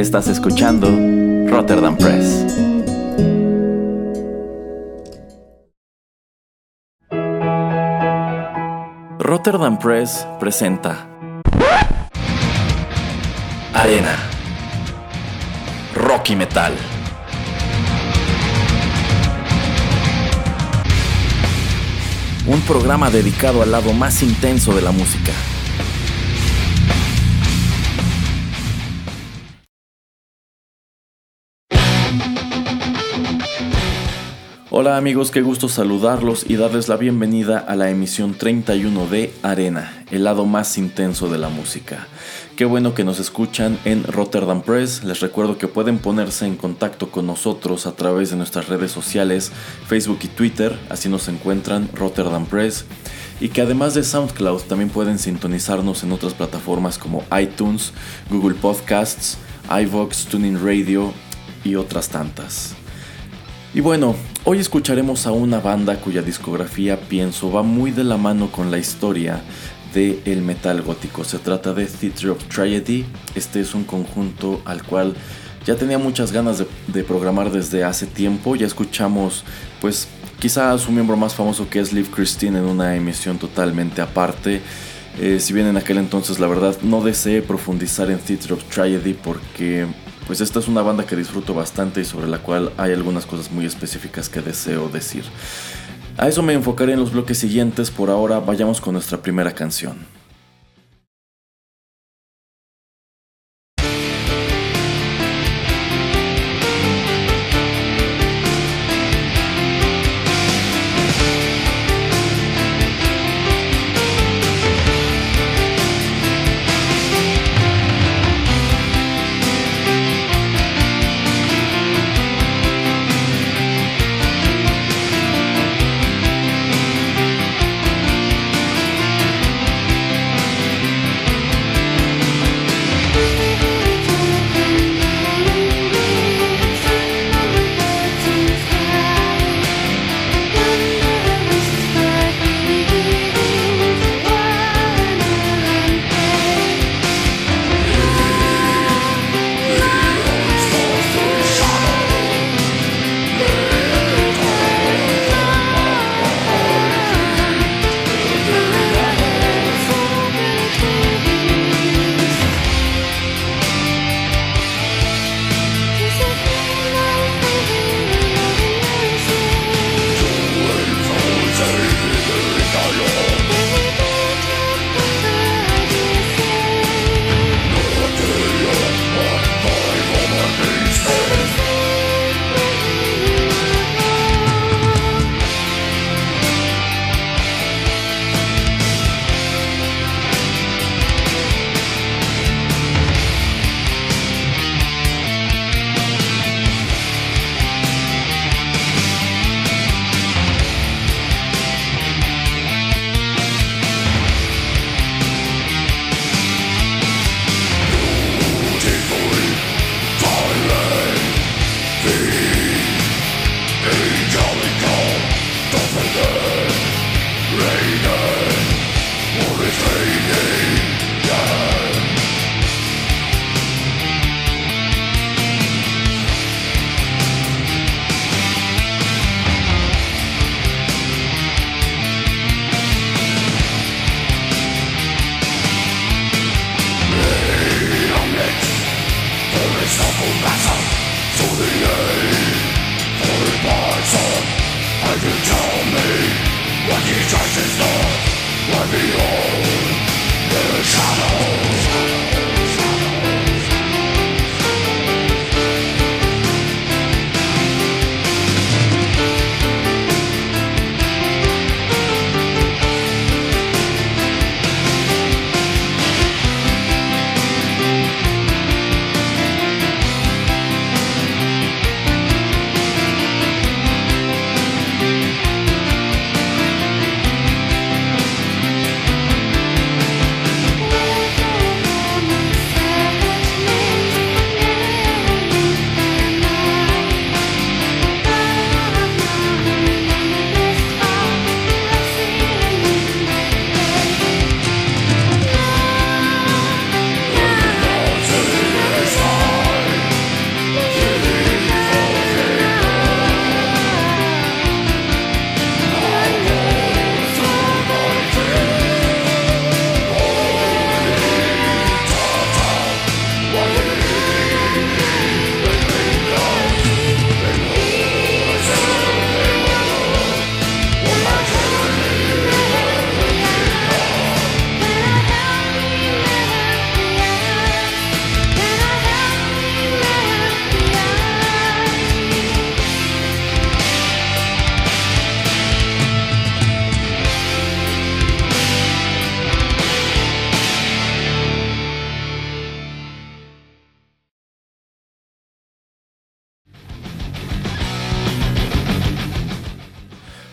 Estás escuchando Rotterdam Press. Rotterdam Press presenta Arena, rock y metal. Un programa dedicado al lado más intenso de la música. Hola amigos, qué gusto saludarlos y darles la bienvenida a la emisión 31 de Arena, el lado más intenso de la música. Qué bueno que nos escuchan en Rotterdam Press. Les recuerdo que pueden ponerse en contacto con nosotros a través de nuestras redes sociales, Facebook y Twitter, así nos encuentran Rotterdam Press. Y que además de SoundCloud también pueden sintonizarnos en otras plataformas como iTunes, Google Podcasts, iVoox, TuneIn Radio y otras tantas. Y bueno, hoy escucharemos a una banda cuya discografía, pienso, va muy de la mano con la historia del metal gótico. Se trata de Theatre of Tragedy. Este es un conjunto al cual ya tenía muchas ganas de programar desde hace tiempo. Ya escuchamos, pues, quizá a su miembro más famoso, que es Liv Kristine, en una emisión totalmente aparte. Si bien en aquel entonces, la verdad, no deseé profundizar en Theatre of Tragedy porque pues esta es una banda que disfruto bastante y sobre la cual hay algunas cosas muy específicas que deseo decir. A eso me enfocaré en los bloques siguientes. Por ahora vayamos con nuestra primera canción.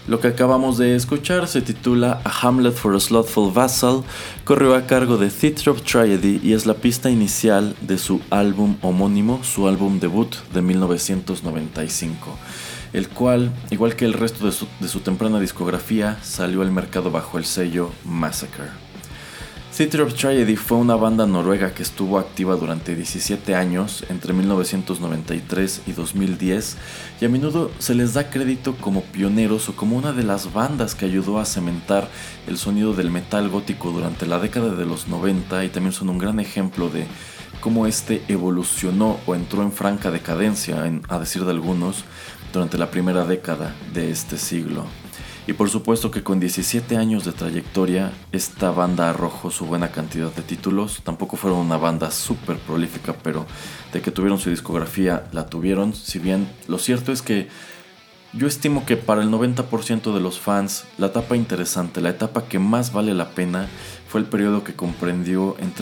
Lo que acabamos de escuchar se titula A Hamlet for a Slothful Vassal, corrió a cargo de Theatre Tragedy y es la pista inicial de su álbum homónimo, su álbum debut de 1995, el cual, igual que el resto de su temprana discografía, salió al mercado bajo el sello Massacre. Theatre of Tragedy fue una banda noruega que estuvo activa durante 17 años, entre 1993 y 2010, y a menudo se les da crédito como pioneros o como una de las bandas que ayudó a cementar el sonido del metal gótico durante la década de los 90, y también son un gran ejemplo de cómo este evolucionó o entró en franca decadencia, a decir de algunos, durante la primera década de este siglo. Y por supuesto que con 17 años de trayectoria, esta banda arrojó su buena cantidad de títulos. Tampoco fueron una banda súper prolífica, pero de que tuvieron su discografía, la tuvieron. Si bien lo cierto es que yo estimo que para el 90% de los fans, la etapa interesante, la etapa que más vale la pena, fue el periodo que comprendió entre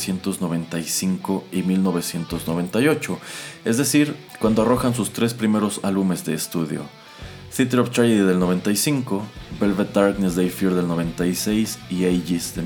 1995 y 1998. Es decir, cuando arrojan sus 3 primeros álbumes de estudio. Theatre of Tragedy del 95, Velvet Darkness Day Fear del 96 y Aegis de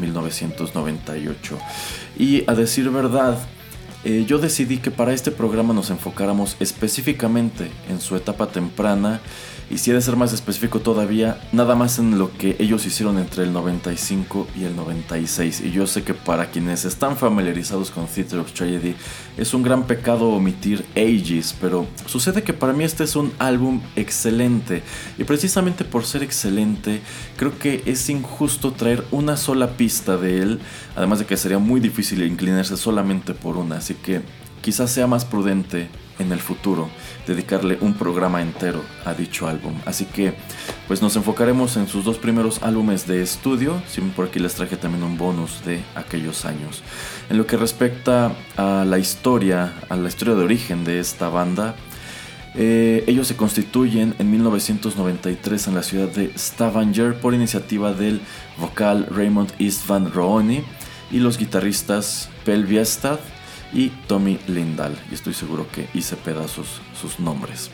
1998. Y a decir verdad, yo decidí que para este programa nos enfocáramos específicamente en su etapa temprana, y si he de ser más específico todavía, nada más en lo que ellos hicieron entre el 95 y el 96. Y yo sé que para quienes están familiarizados con Theatre of Tragedy es un gran pecado omitir Aegis, pero sucede que para mí este es un álbum excelente, y precisamente por ser excelente creo que es injusto traer una sola pista de él, además de que sería muy difícil inclinarse solamente por una, así que quizás sea más prudente en el futuro dedicarle un programa entero a dicho álbum. Así que pues nos enfocaremos en sus 2 primeros álbumes de estudio. Sí, por aquí les traje también un bonus de aquellos años. En lo que respecta a la historia de origen de esta banda, ellos se constituyen en 1993 en la ciudad de Stavanger por iniciativa del vocal Raymond Istvan Rooni y los guitarristas Pel Bjestad y Tommy Lindahl, y estoy seguro que hice pedazos sus nombres.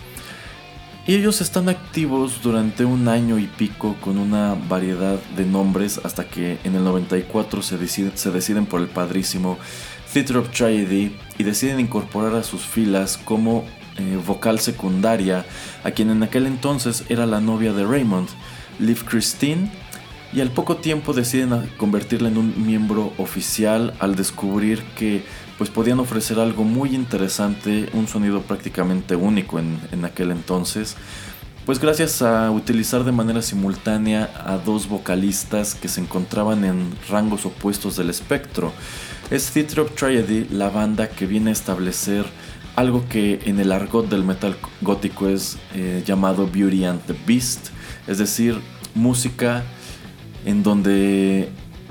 Y ellos están activos durante un año y pico con una variedad de nombres hasta que en el 94 se deciden por el padrísimo Theatre of Tragedy y deciden incorporar a sus filas como vocal secundaria a quien en aquel entonces era la novia de Raymond, Liv Christine, y al poco tiempo deciden convertirla en un miembro oficial al descubrir que pues podían ofrecer algo muy interesante, un sonido prácticamente único en aquel entonces, pues gracias a utilizar de manera simultánea a 2 vocalistas que se encontraban en rangos opuestos del espectro. Es Theatre of Tragedy la banda que viene a establecer algo que en el argot del metal gótico es llamado Beauty and the Beast, es decir, música en donde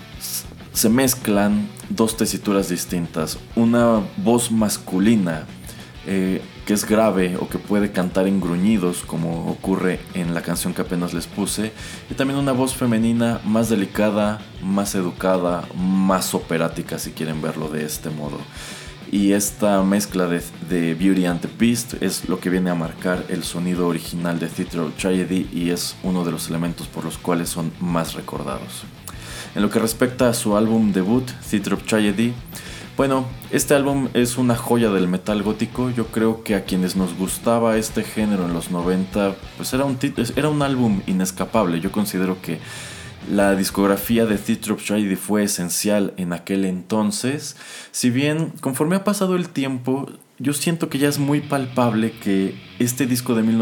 se mezclan 2 tesituras distintas, una voz masculina que es grave o que puede cantar en gruñidos como ocurre en la canción que apenas les puse, y también una voz femenina más delicada, más educada, más operática si quieren verlo de este modo. Y esta mezcla de Beauty and the Beast es lo que viene a marcar el sonido original de Theatre of Tragedy y es uno de los elementos por los cuales son más recordados. En lo que respecta a su álbum debut, Theatre of Tragedy, bueno, este álbum es una joya del metal gótico. Yo creo que a quienes nos gustaba este género en los 90, pues era un álbum inescapable. Yo considero que la discografía de Theatre of Tragedy fue esencial en aquel entonces. Si bien, conforme ha pasado el tiempo, yo siento que ya es muy palpable que este disco de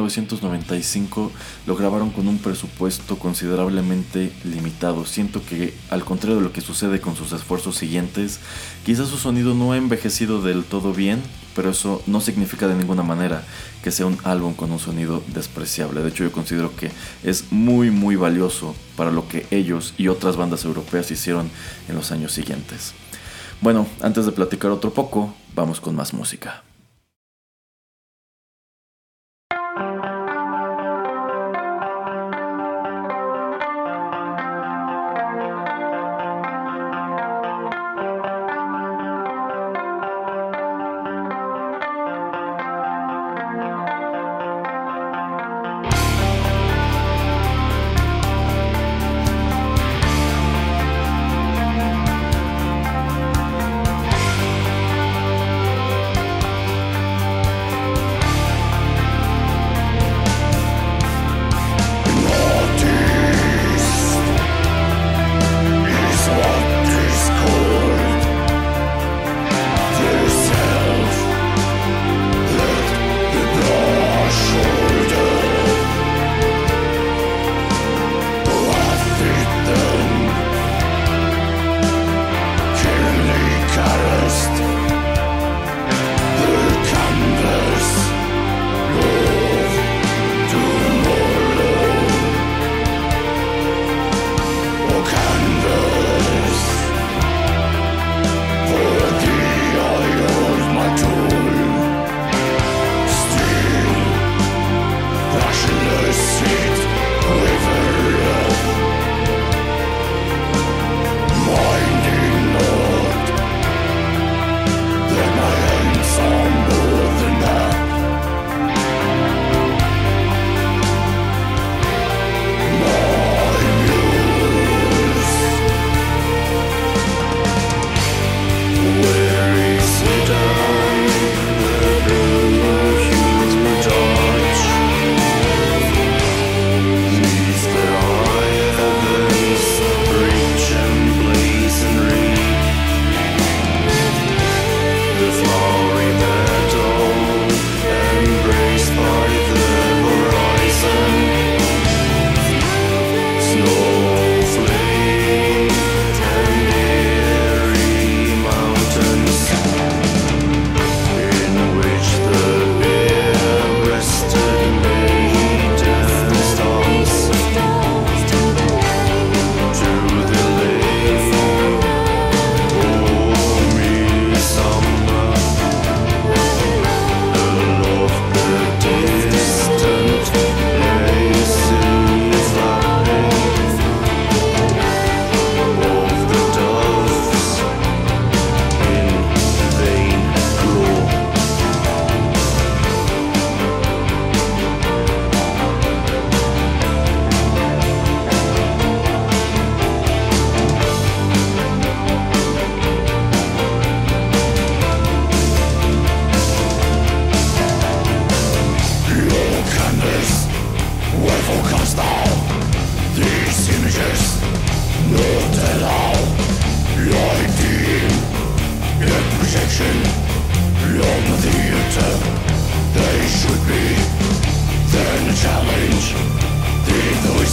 1995 lo grabaron con un presupuesto considerablemente limitado. Siento que, al contrario de lo que sucede con sus esfuerzos siguientes, quizás su sonido no ha envejecido del todo bien, pero eso no significa de ninguna manera que sea un álbum con un sonido despreciable. De hecho, yo considero que es muy muy valioso para lo que ellos y otras bandas europeas hicieron en los años siguientes. Bueno, antes de platicar otro poco, vamos con más música.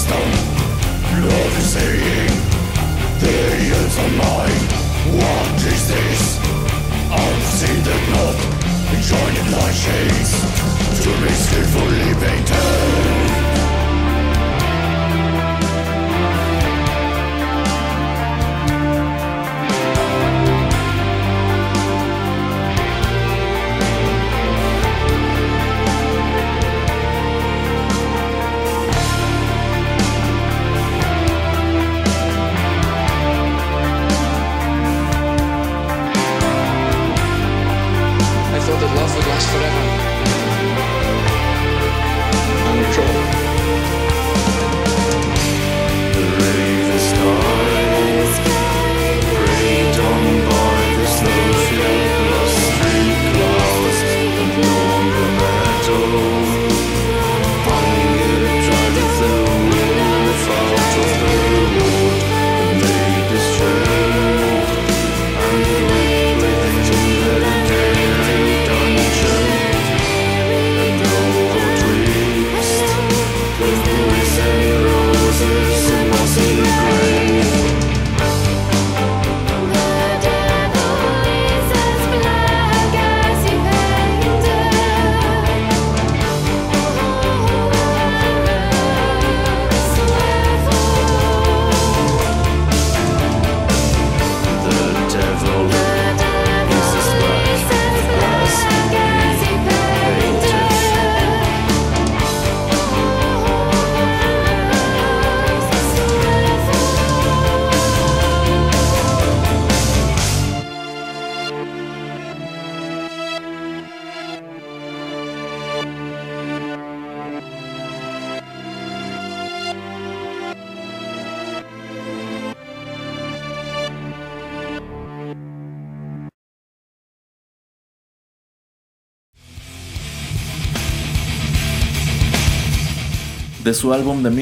De su álbum de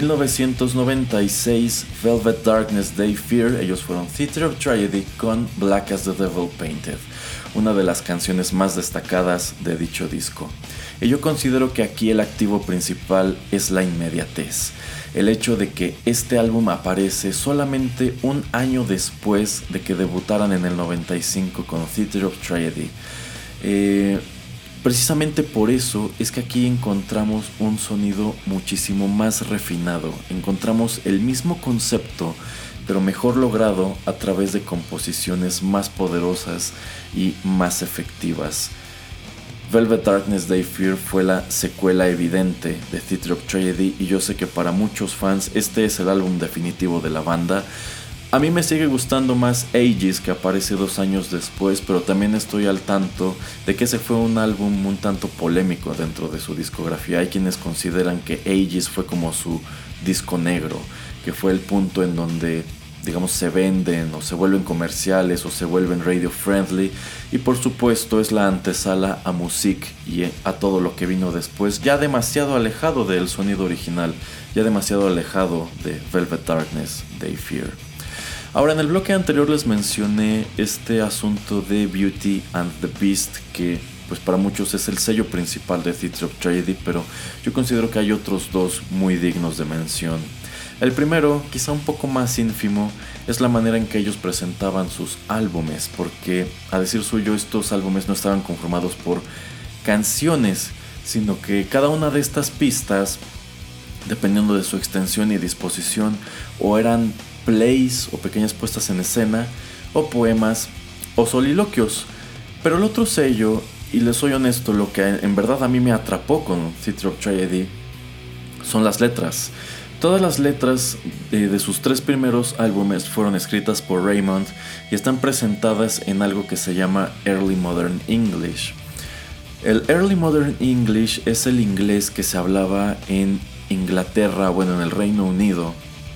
1996, Velvet Darkness They Fear, ellos fueron Theater of Tragedy con Black as the Devil Painted, una de las canciones más destacadas de dicho disco. Y yo considero que aquí el activo principal es la inmediatez, el hecho de que este álbum aparece solamente un año después de que debutaran en el 95 con Theater of Tragedy. Precisamente por eso es que aquí encontramos un sonido muchísimo más refinado, encontramos el mismo concepto, pero mejor logrado a través de composiciones más poderosas y más efectivas. Velvet Darkness They Fear fue la secuela evidente de Theater of Tragedy y yo sé que para muchos fans este es el álbum definitivo de la banda. A mí me sigue gustando más Aegis, que aparece 2 años después, pero también estoy al tanto de que ese fue un álbum un tanto polémico dentro de su discografía. Hay quienes consideran que Aegis fue como su disco negro, que fue el punto en donde, digamos, se venden o se vuelven comerciales o se vuelven radio friendly, y por supuesto es la antesala a Music y a todo lo que vino después, ya demasiado alejado del sonido original, ya demasiado alejado de Velvet Darkness They Fear. Ahora, en el bloque anterior les mencioné este asunto de Beauty and the Beast, que pues para muchos es el sello principal de Theater of Tragedy, pero yo considero que hay otros dos muy dignos de mención. El primero, quizá un poco más ínfimo, es la manera en que ellos presentaban sus álbumes, porque a decir suyo estos álbumes no estaban conformados por canciones, sino que cada una de estas pistas, dependiendo de su extensión y disposición, o eran plays o pequeñas puestas en escena, o poemas o soliloquios. Pero el otro sello, y les soy honesto, lo que en verdad a mí me atrapó con Theater of Tragedy son las letras. Todas las letras de sus 3 primeros álbumes fueron escritas por Raymond y están presentadas en algo que se llama Early Modern English. El Early Modern English es el inglés que se hablaba en Inglaterra, bueno, en el Reino Unido,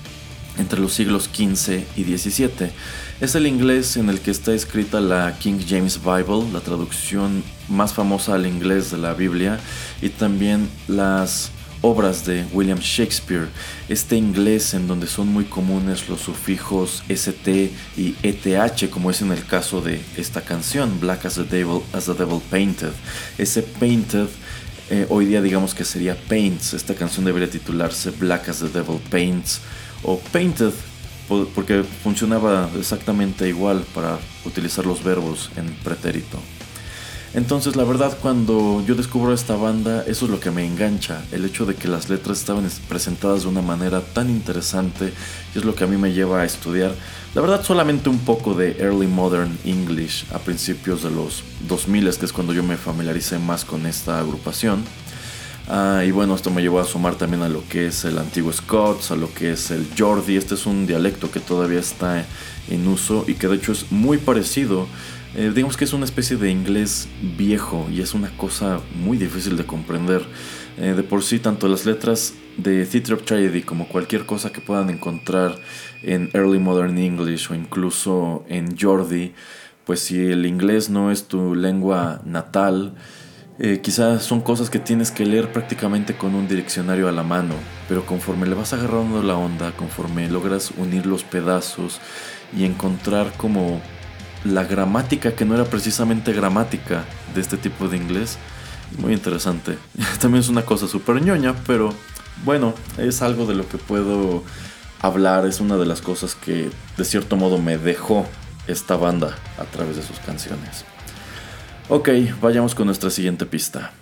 entre los siglos XV y XVII. Es el inglés en el que está escrita la King James Bible, la traducción más famosa al inglés de la Biblia, y también las obras de William Shakespeare. Este inglés en donde son muy comunes los sufijos st y eth, como es en el caso de esta canción, Black as the Devil Painted. Ese painted Hoy día digamos que sería Paints. Esta canción debería titularse Black as the Devil Paints o Painted, porque funcionaba exactamente igual para utilizar los verbos en pretérito. Entonces la verdad, cuando yo descubro esta banda, eso es lo que me engancha, el hecho de que las letras estaban presentadas de una manera tan interesante, y es lo que a mí me lleva a estudiar, la verdad, solamente un poco de Early Modern English a principios de los 2000, que es cuando yo me familiaricé más con esta agrupación. Y bueno, esto me llevó a sumar también a lo que es el antiguo Scots, a lo que es el Geordie. Este es un dialecto que todavía está en uso y que de hecho es muy parecido. Digamos que es una especie de inglés viejo y es una cosa muy difícil de comprender. De por sí, tanto las letras de Theatre of Tragedy como cualquier cosa que puedan encontrar en Early Modern English o incluso en Geordie, pues si el inglés no es tu lengua natal, quizás son cosas que tienes que leer prácticamente con un diccionario a la mano, pero conforme le vas agarrando la onda, conforme logras unir los pedazos y encontrar como la gramática que no era precisamente gramática de este tipo de inglés, muy interesante. También es una cosa súper ñoña, pero bueno, es algo de lo que puedo hablar, es una de las cosas que de cierto modo me dejó esta banda a través de sus canciones. Ok, vayamos con nuestra siguiente pista.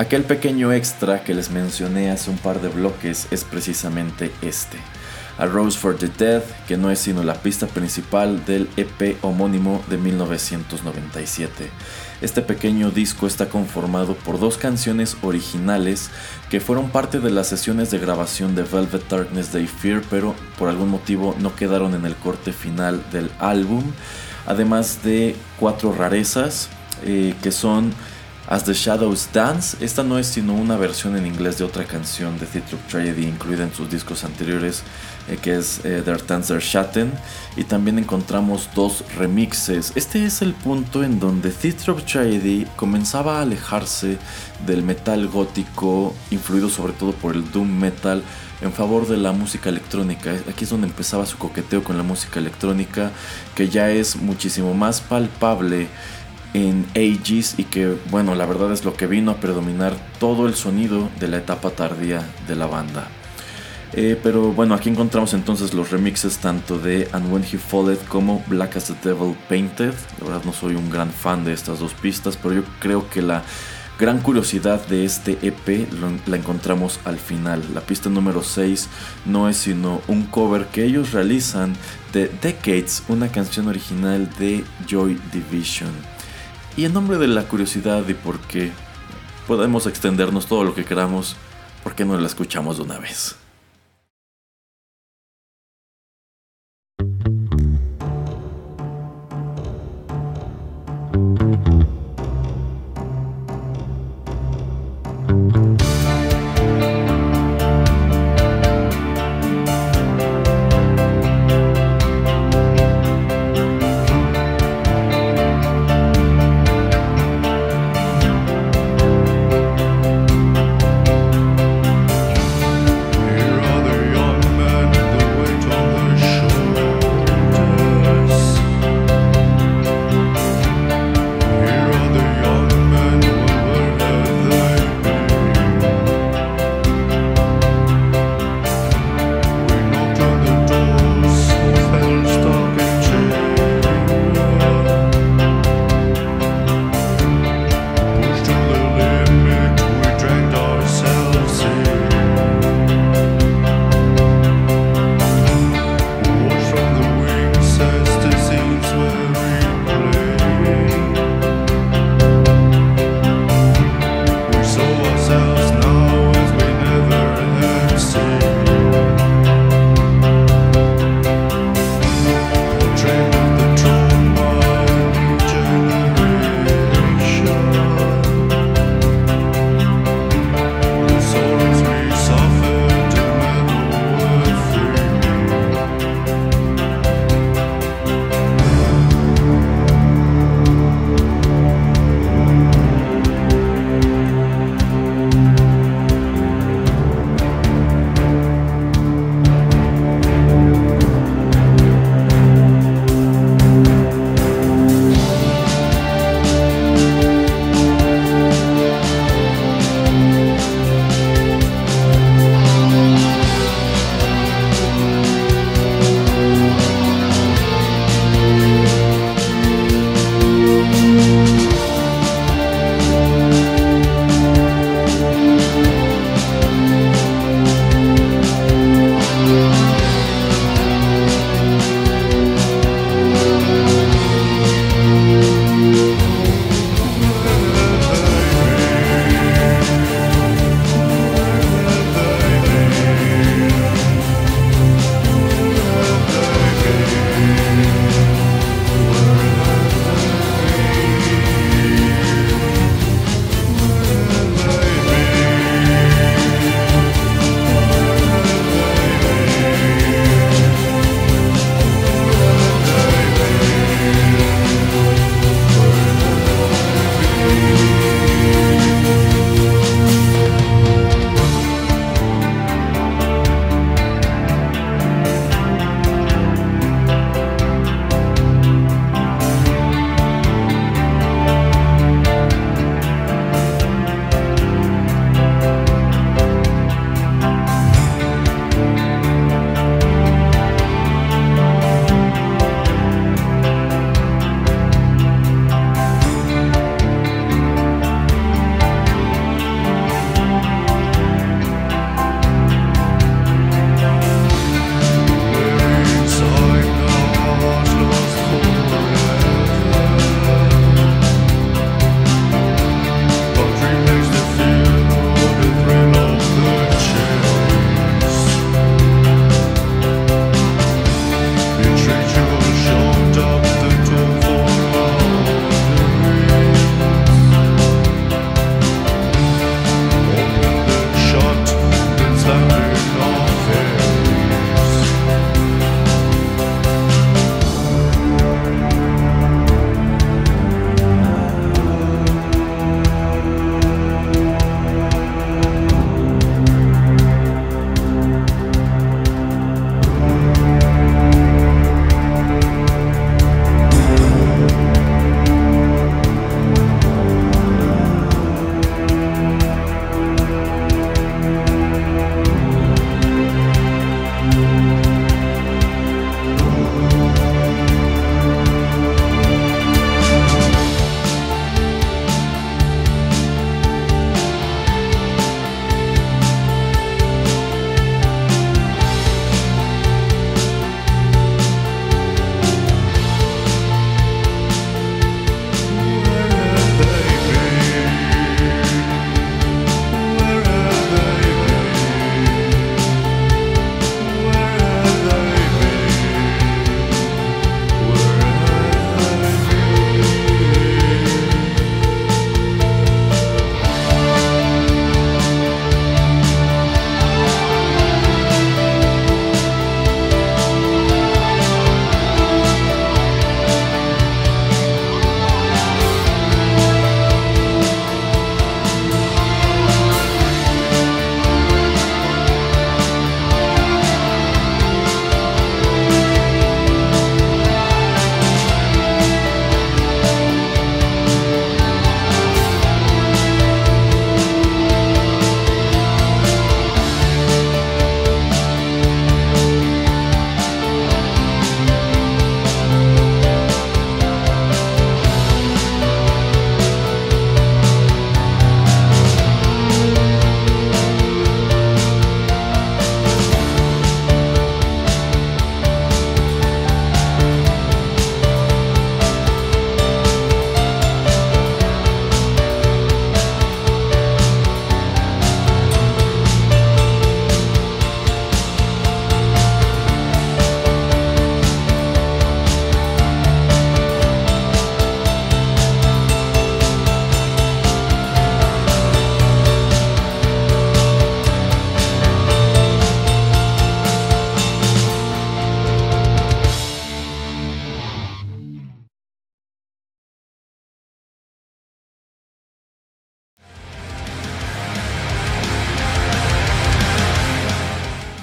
Aquel pequeño extra que les mencioné hace un par de bloques es precisamente este. A Rose for the Dead, que no es sino la pista principal del EP homónimo de 1997. Este pequeño disco está conformado por 2 canciones originales que fueron parte de las sesiones de grabación de Velvet Darkness Day Fear, pero por algún motivo no quedaron en el corte final del álbum, además de 4 rarezas que son As the Shadows Dance. Esta no es sino una versión en inglés de otra canción de Theatre of Tragedy incluida en sus discos anteriores, que es Der Tanz Schatten, y también encontramos 2 remixes. Este es el punto en donde Theatre of Tragedy comenzaba a alejarse del metal gótico, influido sobre todo por el doom metal, en favor de la música electrónica. Aquí es donde empezaba su coqueteo con la música electrónica, que ya es muchísimo más palpable en Aegis, y que, bueno, la verdad es lo que vino a predominar todo el sonido de la etapa tardía de la banda. Pero bueno, aquí encontramos entonces los remixes tanto de And When He Falleth como Black as the Devil Painted. La verdad no soy un gran fan de estas 2 pistas, pero yo creo que la gran curiosidad de este EP la encontramos al final. La pista número 6 no es sino un cover que ellos realizan de Decades, una canción original de Joy Division. Y en nombre de la curiosidad y porque podemos extendernos todo lo que queramos, ¿por qué no la escuchamos de una vez?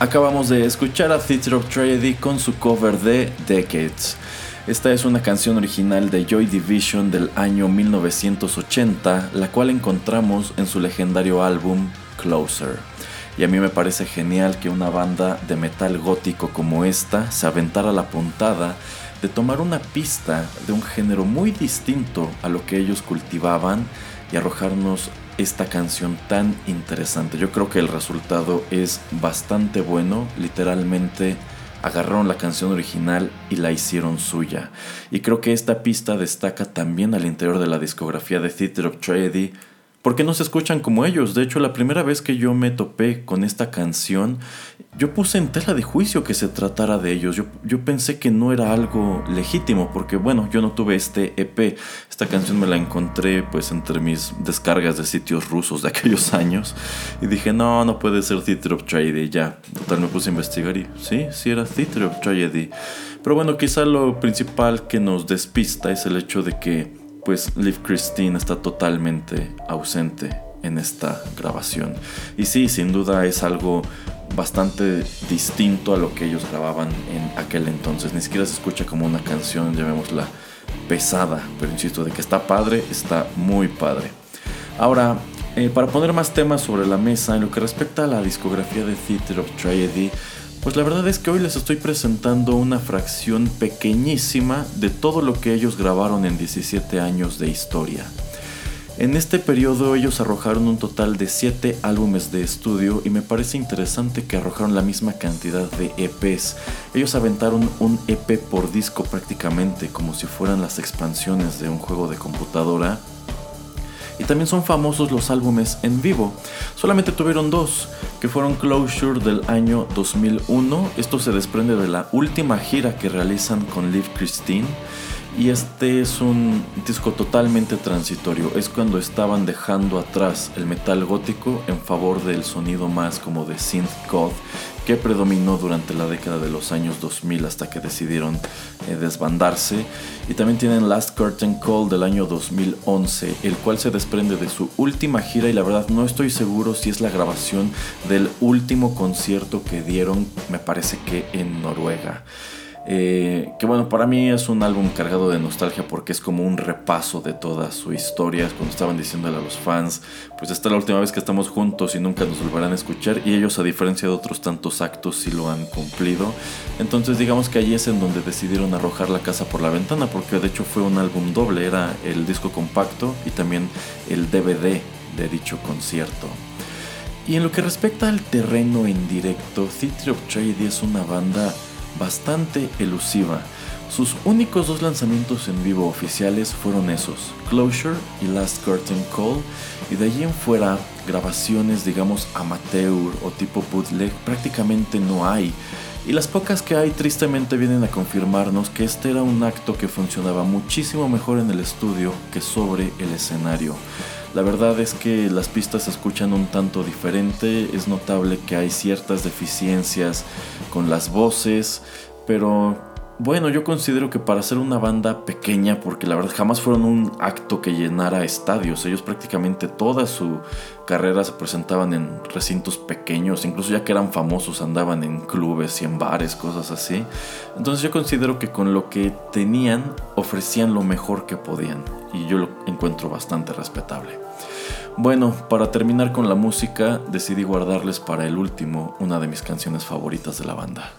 Acabamos de escuchar a Theatre of Tragedy con su cover de Decades. Esta es una canción original de Joy Division del año 1980, la cual encontramos en su legendario álbum Closer. Y a mí me parece genial que una banda de metal gótico como esta se aventara la puntada de tomar una pista de un género muy distinto a lo que ellos cultivaban y arrojarnos esta canción tan interesante. Yo creo que el resultado es bastante bueno. Literalmente agarraron la canción original y la hicieron suya. Y creo que esta pista destaca también al interior de la discografía de Theatre of Tragedy, porque no se escuchan como ellos. De hecho, la primera vez que yo me topé con esta canción, yo puse en tela de juicio que se tratara de ellos. Yo pensé que no era algo legítimo, porque bueno, yo no tuve este EP. Esta canción me la encontré pues entre mis descargas de sitios rusos de aquellos años. Y dije, no puede ser Theatre of Tragedy. Ya, total, me puse a investigar y sí era Theatre of Tragedy. Pero bueno, quizá lo principal que nos despista es el hecho de que pues Liv Kristine está totalmente ausente en esta grabación. Y sí, sin duda es algo bastante distinto a lo que ellos grababan en aquel entonces. Ni siquiera se escucha como una canción, llamémosla pesada, pero insisto, de que está padre, está muy padre. Ahora, para poner más temas sobre la mesa, en lo que respecta a la discografía de Theatre of Tragedy, pues la verdad es que hoy les estoy presentando una fracción pequeñísima de todo lo que ellos grabaron en 17 años de historia. En este periodo ellos arrojaron un total de 7 álbumes de estudio y me parece interesante que arrojaron la misma cantidad de EPs. Ellos aventaron un EP por disco prácticamente, como si fueran las expansiones de un juego de computadora. Y también son famosos los álbumes en vivo. Solamente tuvieron 2, que fueron Closure del año 2001. Esto se desprende de la última gira que realizan con Liv Kristine. Y este es un disco totalmente transitorio. Es cuando estaban dejando atrás el metal gótico en favor del sonido más como de synth goth que predominó durante la década de los años 2000 hasta que decidieron desbandarse. Y también tienen Last Curtain Call del año 2011, el cual se desprende de su última gira y la verdad no estoy seguro si es la grabación del último concierto que dieron, me parece que en Noruega. Que bueno, para mí es un álbum cargado de nostalgia porque es como un repaso de toda su historia. Cuando estaban diciéndole a los fans, pues esta es la última vez que estamos juntos y nunca nos volverán a escuchar, y ellos, a diferencia de otros tantos actos, sí lo han cumplido. Entonces digamos que allí es en donde decidieron arrojar la casa por la ventana, porque de hecho fue un álbum doble, era el disco compacto y también el DVD de dicho concierto. Y en lo que respecta al terreno en directo, Theatre of Tragedy es una banda bastante elusiva. Sus únicos 2 lanzamientos en vivo oficiales fueron esos, Closure y Last Curtain Call, y de allí en fuera grabaciones digamos amateur o tipo bootleg prácticamente no hay, y las pocas que hay tristemente vienen a confirmarnos que este era un acto que funcionaba muchísimo mejor en el estudio que sobre el escenario. La verdad es que las pistas se escuchan un tanto diferente, es notable que hay ciertas deficiencias con las voces, pero bueno, yo considero que para ser una banda pequeña, porque la verdad jamás fueron un acto que llenara estadios, ellos prácticamente toda su carrera se presentaban en recintos pequeños, incluso ya que eran famosos andaban en clubes y en bares, cosas así. Entonces yo considero que con lo que tenían ofrecían lo mejor que podían, y yo lo encuentro bastante respetable. Bueno, para terminar con la música, decidí guardarles para el último una de mis canciones favoritas de la banda.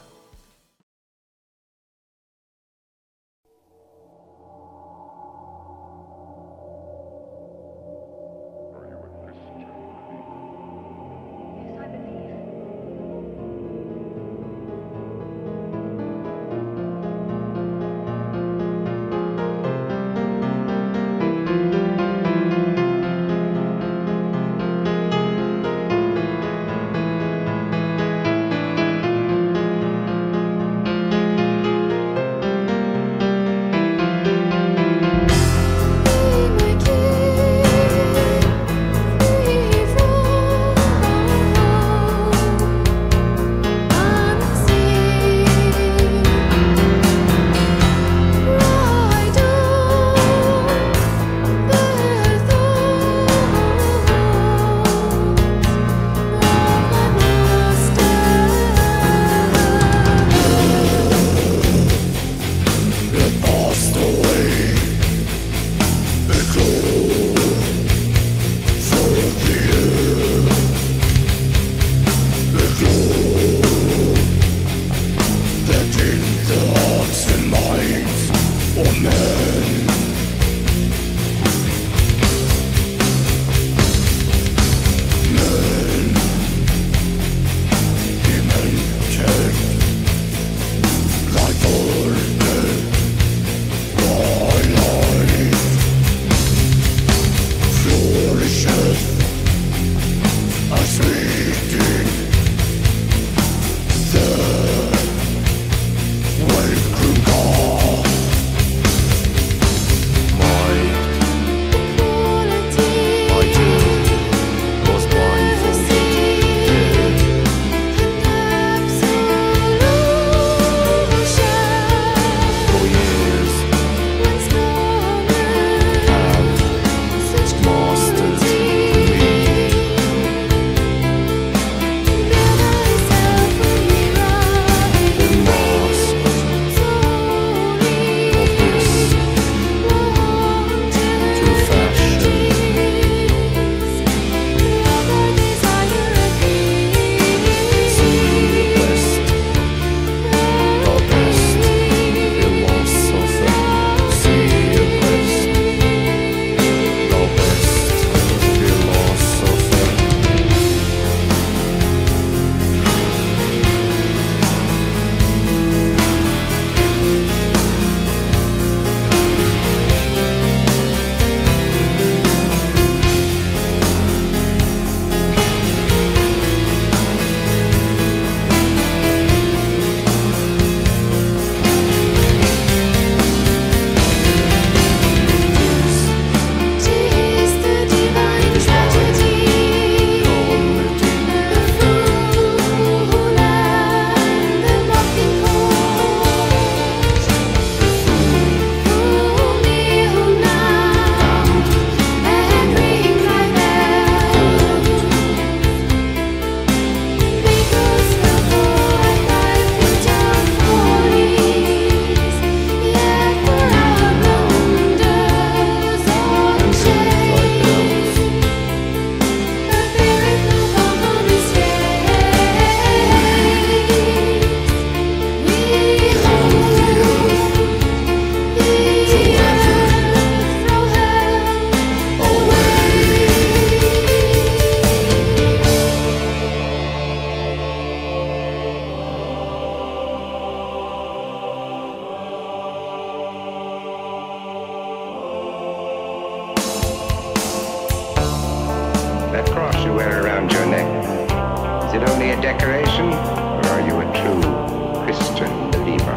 decoration, or are you a true Christian believer?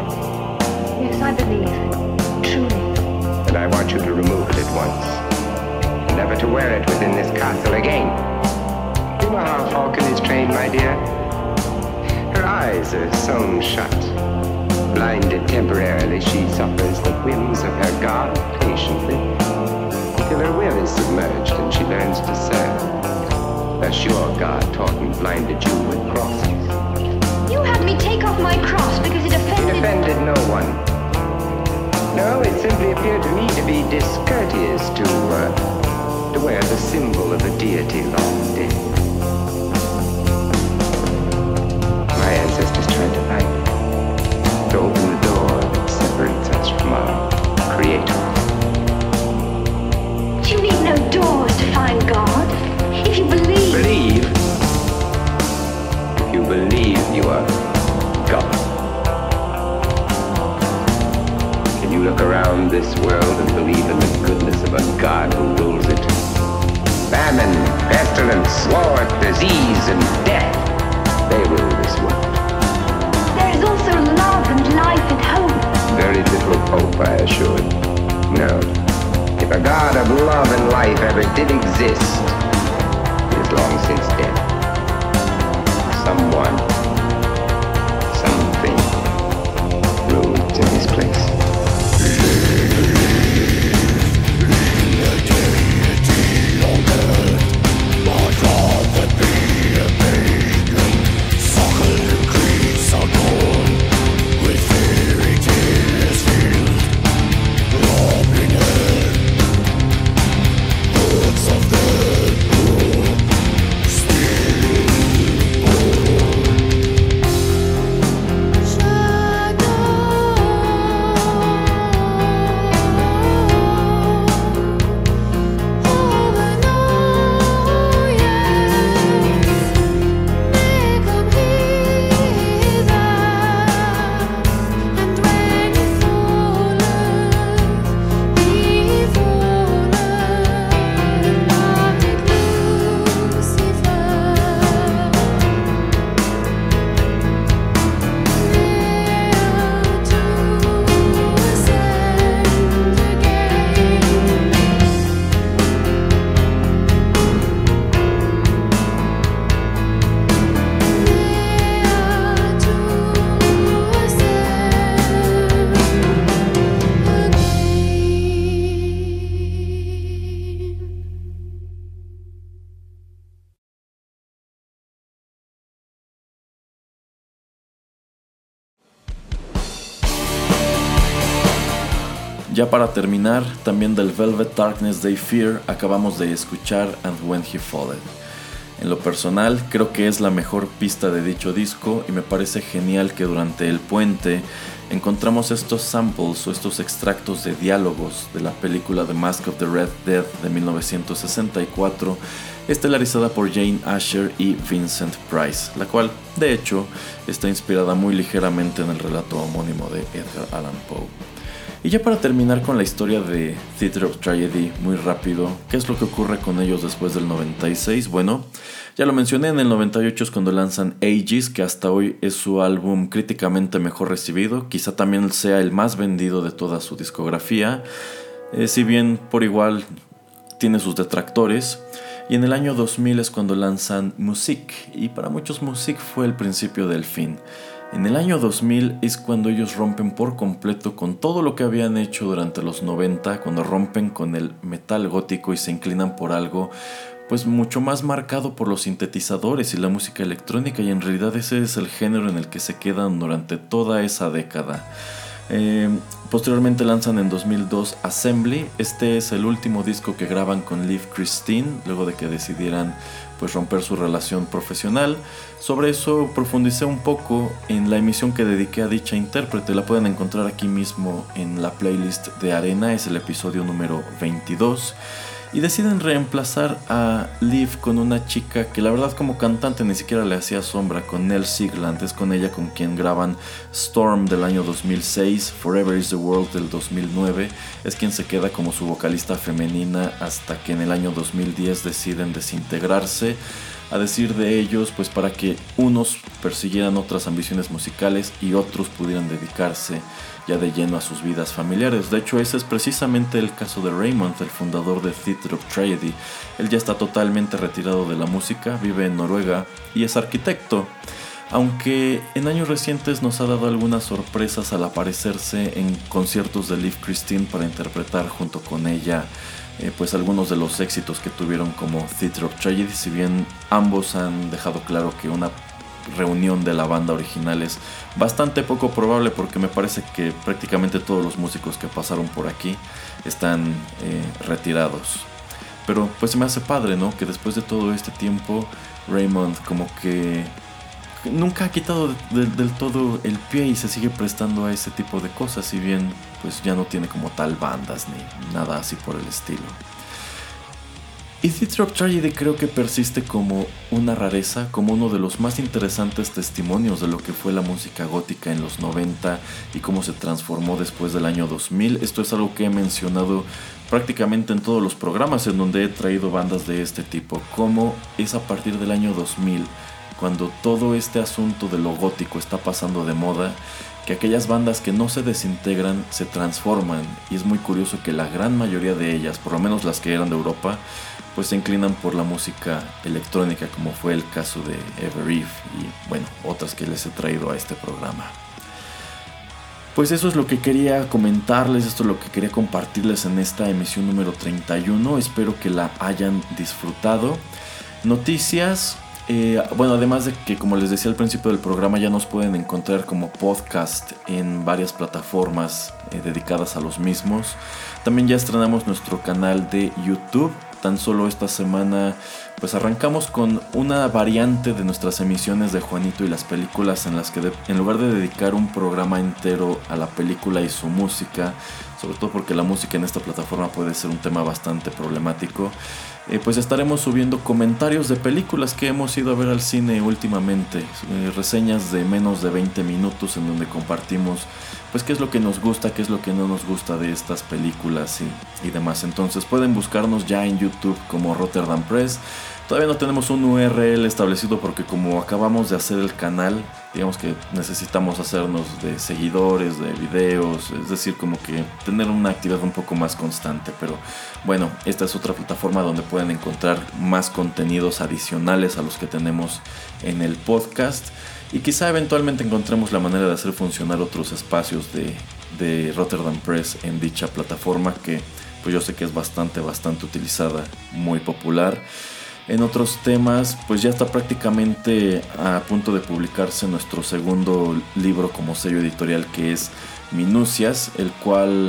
Yes, I believe. Truly. And I want you to remove it at once. Never to wear it within this castle again. You know how Falcon is trained, my dear? Her eyes are sewn shut. Blinded temporarily, she suffers the whims of her God patiently, till her will is submerged and she learns to serve. Thus your God taught and blinded you with crosses. You had me take off my cross because it offended... It offended no one. No, it simply appeared to me to be discourteous to wear the symbol of a deity long dead. My ancestors tried to find it, to open the door that separates us from our Creator. You need no doors to find God. If you believe... Believe? If you believe you are God. Can you look around this world and believe in the goodness of a God who rules it? Famine, pestilence, sword, disease, and death, they rule this world. There is also love and life and hope. Very little hope, I assure you. No. If a God of love and life ever did exist, he is long since dead. Someone, something, rules in his place. Ya para terminar, también del Velvet Darkness They Fear acabamos de escuchar And When He Fallen. En lo personal, creo que es la mejor pista de dicho disco y me parece genial que durante el puente encontramos estos samples o estos extractos de diálogos de la película The Mask of the Red Death de 1964, estelarizada por Jane Asher y Vincent Price, la cual, de hecho, está inspirada muy ligeramente en el relato homónimo de Edgar Allan Poe. Y ya para terminar con la historia de Theatre of Tragedy, muy rápido, ¿qué es lo que ocurre con ellos después del 96? Bueno, ya lo mencioné, en el 98 es cuando lanzan Ages, que hasta hoy es su álbum críticamente mejor recibido, quizá también sea el más vendido de toda su discografía, si bien por igual tiene sus detractores. Y en el año 2000 es cuando lanzan Musique, y para muchos Musique fue el principio del fin. En el año 2000 es cuando ellos rompen por completo con todo lo que habían hecho durante los 90, cuando rompen con el metal gótico y se inclinan por algo pues mucho más marcado por los sintetizadores y la música electrónica, y en realidad ese es el género en el que se quedan durante toda esa década. Posteriormente lanzan en 2002 Assembly. Este es el último disco que graban con Liv Christine luego de que decidieran pues romper su relación profesional. Sobre eso profundicé un poco en la emisión que dediqué a dicha intérprete. La pueden encontrar aquí mismo en la playlist de Arena, es el episodio número 22. Y deciden reemplazar a Liv con una chica que la verdad como cantante ni siquiera le hacía sombra, con Nell Sigland. Es con ella con quien graban Storm del año 2006, Forever is the World del 2009. Es quien se queda como su vocalista femenina hasta que en el año 2010 deciden desintegrarse. A decir de ellos, pues para que unos persiguieran otras ambiciones musicales y otros pudieran dedicarse ya de lleno a sus vidas familiares. De hecho, ese es precisamente el caso de Raymond, el fundador de Theatre of Tragedy. Él ya está totalmente retirado de la música, vive en Noruega y es arquitecto. Aunque en años recientes nos ha dado algunas sorpresas al aparecerse en conciertos de Liv Christine para interpretar junto con ella pues algunos de los éxitos que tuvieron como Theatre of Tragedy, si bien ambos han dejado claro que una reunión de la banda original es bastante poco probable, porque me parece que prácticamente todos los músicos que pasaron por aquí están retirados. Pero pues se me hace padre, ¿no? Que después de todo este tiempo Raymond como que nunca ha quitado del todo el pie y se sigue prestando a ese tipo de cosas, si bien pues ya no tiene como tal bandas ni nada así por el estilo. Y Theatre of Tragedy creo que persiste como una rareza, como uno de los más interesantes testimonios de lo que fue la música gótica en los 90 y cómo se transformó después del año 2000. Esto es algo que he mencionado prácticamente en todos los programas en donde he traído bandas de este tipo, cómo es a partir del año 2000, cuando todo este asunto de lo gótico está pasando de moda, que aquellas bandas que no se desintegran se transforman, y es muy curioso que la gran mayoría de ellas, por lo menos las que eran de Europa, pues se inclinan por la música electrónica, como fue el caso de Ever Eve y bueno, otras que les he traído a este programa. Pues eso es lo que quería comentarles, esto es lo que quería compartirles en esta emisión número 31, espero que la hayan disfrutado. Noticias. Bueno, además de que, como les decía al principio del programa, ya nos pueden encontrar como podcast en varias plataformas dedicadas a los mismos. También ya estrenamos nuestro canal de YouTube. Tan solo esta semana pues arrancamos con una variante de nuestras emisiones de Juanito y las películas, en las que en lugar de dedicar un programa entero a la película y su música, sobre todo porque la música en esta plataforma puede ser un tema bastante problemático, pues estaremos subiendo comentarios de películas que hemos ido a ver al cine últimamente, reseñas de menos de 20 minutos en donde compartimos pues qué es lo que nos gusta, qué es lo que no nos gusta de estas películas y demás. Entonces pueden buscarnos ya en YouTube como Rotterdam Press. Todavía no tenemos un URL establecido porque como acabamos de hacer el canal, digamos que necesitamos hacernos de seguidores, de videos, es decir, como que tener una actividad un poco más constante. Pero bueno, esta es otra plataforma donde pueden encontrar más contenidos adicionales a los que tenemos en el podcast. Y quizá eventualmente encontremos la manera de hacer funcionar otros espacios de Rotterdam Press en dicha plataforma, que pues yo sé que es bastante utilizada, muy popular. En otros temas, pues ya está prácticamente a punto de publicarse nuestro segundo libro como sello editorial, que es Minucias, el cual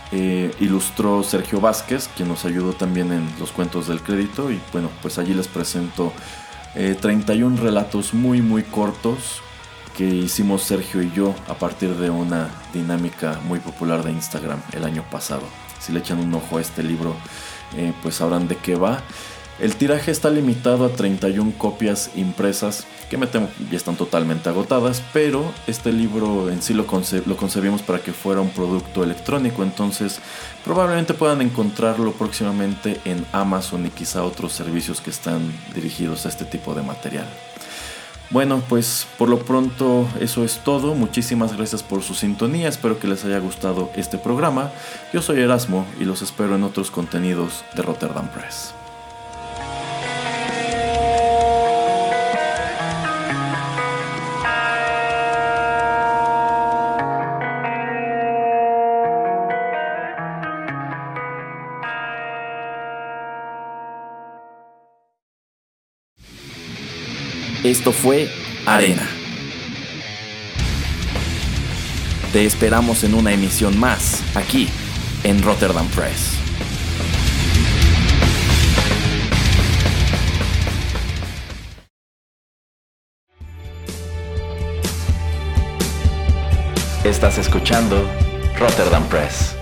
ilustró Sergio Vázquez, quien nos ayudó también en los cuentos del crédito. Y bueno, pues allí les presento 31 relatos muy muy cortos que hicimos Sergio y yo a partir de una dinámica muy popular de Instagram el año pasado. Si le echan un ojo a este libro, pues sabrán de qué va. El tiraje está limitado a 31 copias impresas, que me temo ya están totalmente agotadas, pero este libro en sí lo concebimos para que fuera un producto electrónico, entonces probablemente puedan encontrarlo próximamente en Amazon y quizá otros servicios que están dirigidos a este tipo de material. Bueno, pues por lo pronto eso es todo. Muchísimas gracias por su sintonía. Espero que les haya gustado este programa. Yo soy Erasmo y los espero en otros contenidos de Rotterdam Press. Esto fue Arena. Te esperamos en una emisión más, aquí, en Rotterdam Press. Estás escuchando Rotterdam Press.